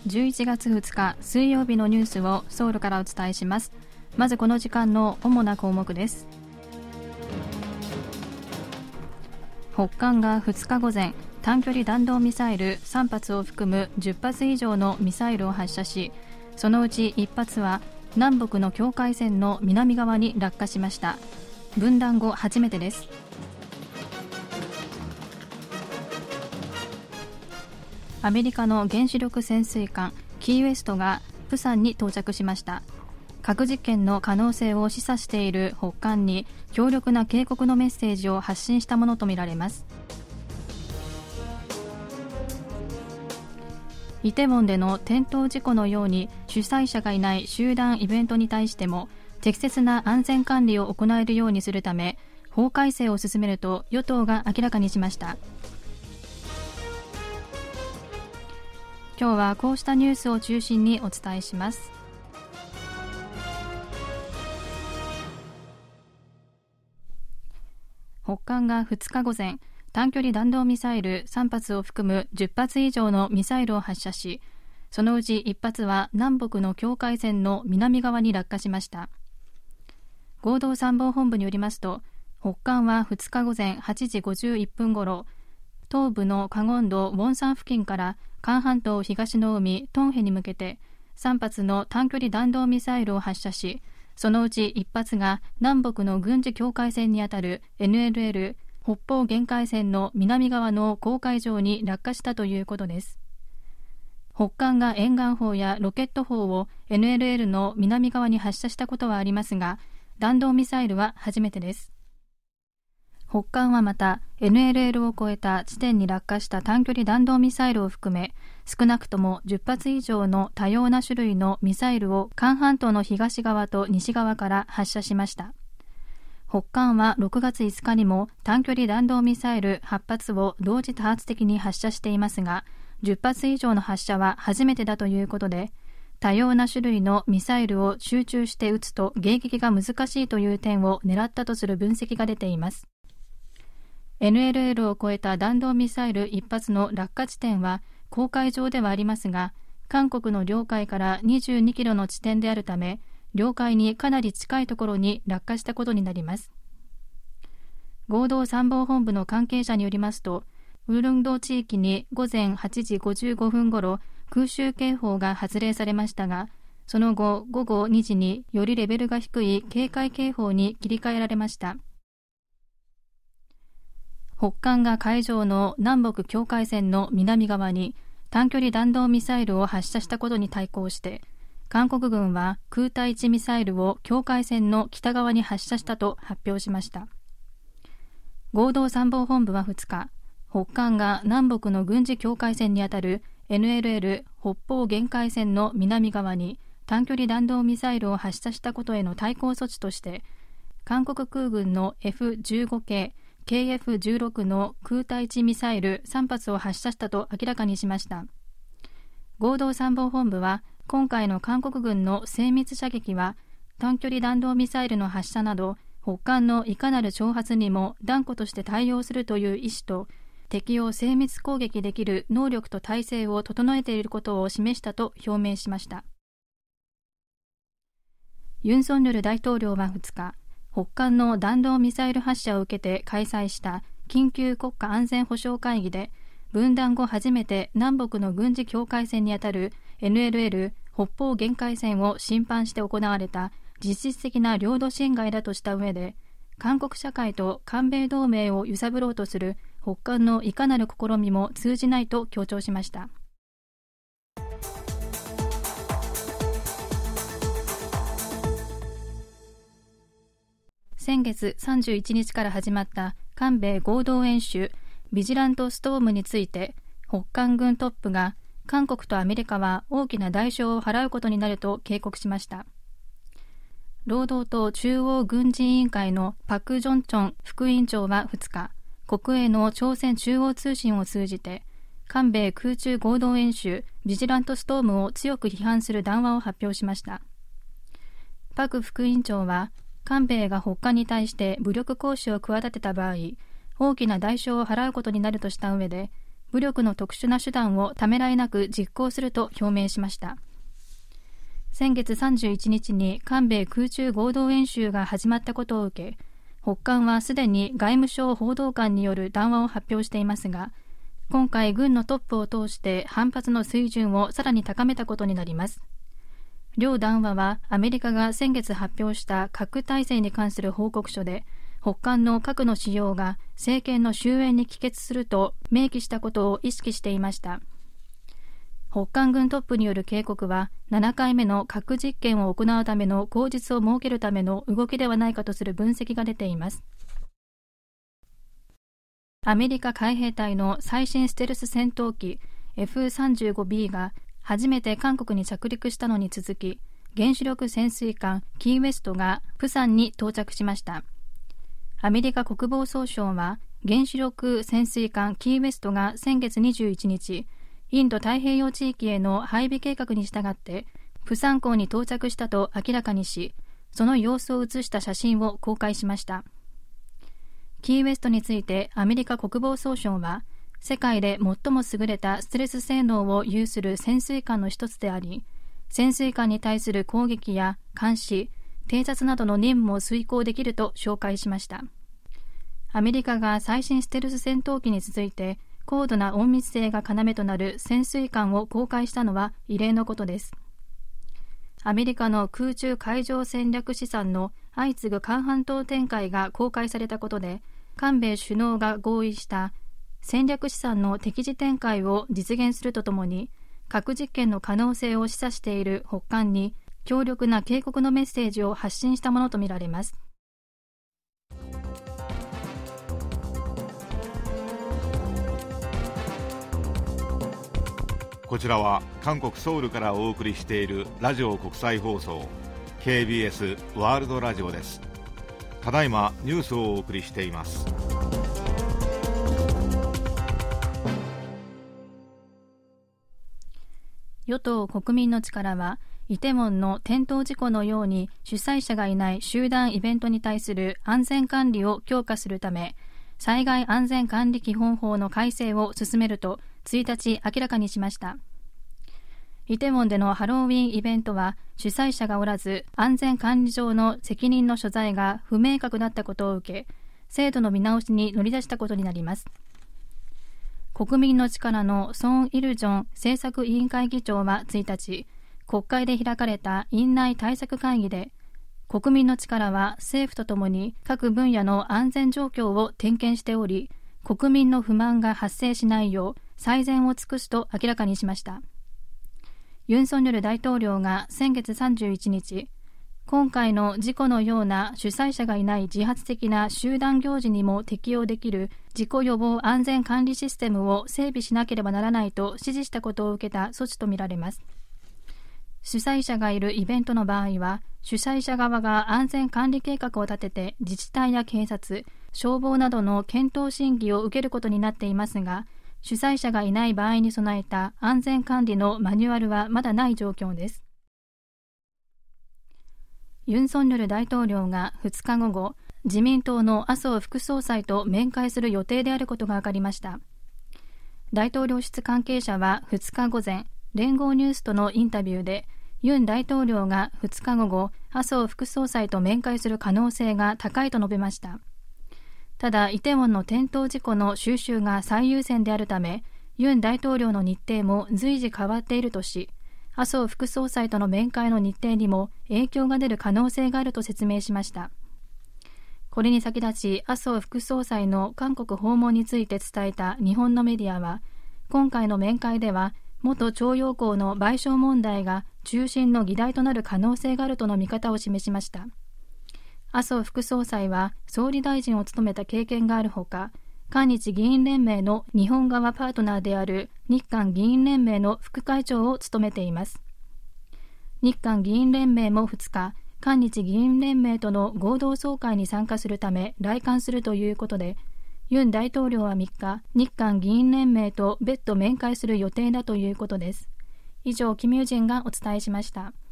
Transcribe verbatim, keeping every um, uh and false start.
じゅういちがつふつか水曜日のニュースをソウルからお伝えします。まずこの時間の主な項目です。北韓がふつか午前、短距離弾道ミサイルさん発を含むじゅっ発以上のミサイルを発射し、そのうちいち発は南北の境界線の南側に落下しました。分断後初めてです。アメリカの原子力潜水艦キーウェストがプサンに到着しました。核実験の可能性を示唆している北韓に強力な警告のメッセージを発信したものとみられます。イテウォンでの転倒事故のように主催者がいない集団イベントに対しても適切な安全管理を行えるようにするため、法改正を進めると与党が明らかにしました。今日はこうしたニュースを中心にお伝えします。北韓がふつか午前、短距離弾道ミサイルさん発を含むじゅっ発以上のミサイルを発射し、そのうちいち発は南北の境界線の南側に落下しました。合同参謀本部によりますと、北韓はふつか午前はちじごじゅういっぷんごろ、東部のカゴン道ウォンサン付近から韓半島東の海トンヘに向けてさん発の短距離弾道ミサイルを発射し、そのうちいち発が南北の軍事境界線にあたる エヌエルエル 北方限界線の南側の公海上に落下したということです。北韓が沿岸砲やロケット砲を エヌエルエル の南側に発射したことはありますが、弾道ミサイルは初めてです。北韓はまた エヌエルエル を超えた地点に落下した短距離弾道ミサイルを含め、少なくともじゅっ発以上の多様な種類のミサイルを韓半島の東側と西側から発射しました。北韓はろくがついつかにも短距離弾道ミサイルはち発を同時多発的に発射していますが、じゅっ発以上の発射は初めてだということで、多様な種類のミサイルを集中して撃つと迎撃が難しいという点を狙ったとする分析が出ています。エヌエルエル を超えた弾道ミサイルいち発の落下地点は公海上ではありますが、韓国の領海からにじゅうにキロの地点であるため、領海にかなり近いところに落下したことになります。合同参謀本部の関係者によりますと、ウールンド地域に午前はちじごじゅうごふんごろ空襲警報が発令されましたが、その後午後にじによりレベルが低い警戒警報に切り替えられました。北韓が海上の南北境界線の南側に短距離弾道ミサイルを発射したことに対抗して、韓国軍は空対地ミサイルを境界線の北側に発射したと発表しました。合同参謀本部はふつか、北韓が南北の軍事境界線にあたる エヌエルエル 北方限界線の南側に短距離弾道ミサイルを発射したことへの対抗措置として、韓国空軍の エフじゅうご 系ケーエフじゅうろく の空対地ミサイルさん発を発射したと明らかにしました。合同参謀本部は、今回の韓国軍の精密射撃は短距離弾道ミサイルの発射など北韓のいかなる挑発にも断固として対応するという意思と、敵を精密攻撃できる能力と体制を整えていることを示したと表明しました。ユン・ソンニョル大統領はふつか、北韓の弾道ミサイル発射を受けて開催した緊急国家安全保障会議で、分断後初めて南北の軍事境界線にあたる エヌエルエル 北方限界線を侵犯して行われた実質的な領土侵害だとした上で、韓国社会と韓米同盟を揺さぶろうとする北韓のいかなる試みも通じないと強調しました。先月さんじゅういちにちから始まった韓米合同演習ビジラントストームについて、北韓軍トップが韓国とアメリカは大きな代償を払うことになると警告しました。労働党中央軍事委員会のパク・ジョンチョン副委員長はふつか、国営の朝鮮中央通信を通じて、韓米空中合同演習ビジラントストームを強く批判する談話を発表しました。パク副委員長は、韓米が北韓に対して武力行使を企てた場合、大きな代償を払うことになるとした上で、 武力の特殊な手段をためらいなく実行すると表明しました。先月さんじゅういちにちに韓米空中合同演習が始まったことを受け、北韓はすでに外務省報道官による談話を発表していますが、今回軍のトップを通して反発の水準をさらに高めたことになります。両談話はアメリカが先月発表した核態勢に関する報告書で、北韓の核の使用が政権の終焉に帰結すると明記したことを意識していました。北韓軍トップによる警告はななかいめの核実験を行うための口実を設けるための動きではないかとする分析が出ています。アメリカ海兵隊の最新ステルス戦闘機 エフさんじゅうごビー が初めて韓国に着陸したのに続き、原子力潜水艦キーウェストがプサンに到着しました。アメリカ国防総省は原子力潜水艦キーウェストが先月にじゅういちにち、インド太平洋地域への配備計画に従ってプサン港に到着したと明らかにし、その様子を写した写真を公開しました。キーウェストについてアメリカ国防総省は、世界で最も優れたステルス性能を有する潜水艦の一つであり、潜水艦に対する攻撃や監視、偵察などの任務を遂行できると紹介しました。アメリカが最新ステルス戦闘機に続いて高度な隠密性が要となる潜水艦を公開したのは異例のことです。アメリカの空中海上戦略資産の相次ぐ韓半島展開が公開されたことで、韓米首脳が合意した戦略資産の適時展開を実現するとともに、核実験の可能性を示唆している北韓に強力な警告のメッセージを発信したものとみられます。 こちらは韓国ソウルからお送りしているラジオ国際放送 ケービーエス ワールドラジオです。ただいまニュースをお送りしています。 与党国民の力はイテウォンの転倒事故のように主催者がいない集団イベントに対する安全管理を強化するため、災害安全管理基本法の改正を進めるといちにち明らかにしました。イテウォンでのハロウィンイベントは主催者がおらず、安全管理上の責任の所在が不明確だったことを受け、制度の見直しに乗り出したことになります。国民の力のソン・イルジョン政策委員会議長はいちにち、国会で開かれた院内対策会議で、国民の力は政府とともに各分野の安全状況を点検しており、国民の不満が発生しないよう最善を尽くすと明らかにしました。ユン・ソンニョル大統領が先月さんじゅういちにち、今回の事故のような主催者がいない自発的な集団行事にも適用できる事故予防安全管理システムを整備しなければならないと指示したことを受けた措置とみられます。主催者がいるイベントの場合は、主催者側が安全管理計画を立てて自治体や警察、消防などの検討審議を受けることになっていますが、主催者がいない場合に備えた安全管理のマニュアルはまだない状況です。ユン・ソンニョル大統領がふつかごご、自民党の麻生副総裁と面会する予定であることが分かりました。大統領室関係者はふつかごぜん、連合ニュースとのインタビューで、ユン大統領がふつかごご、麻生副総裁と面会する可能性が高いと述べました。ただ、イテウォンの転倒事故の収拾が最優先であるため、ユン大統領の日程も随時変わっているとし、麻生副総裁との面会の日程にも影響が出る可能性があると説明しました。これに先立ち、麻生副総裁の韓国訪問について伝えた日本のメディアは、今回の面会では、元徴用工の賠償問題が中心の議題となる可能性があるとの見方を示しました。麻生副総裁は総理大臣を務めた経験があるほか、韓日議員連盟の日本側パートナーである日韓議員連盟の副会長を務めています。日韓議員連盟もふつか、韓日議員連盟との合同総会に参加するため来館するということで、ユン大統領はみっか、日韓議員連盟と別途面会する予定だということです。以上、キム・ユジンがお伝えしました。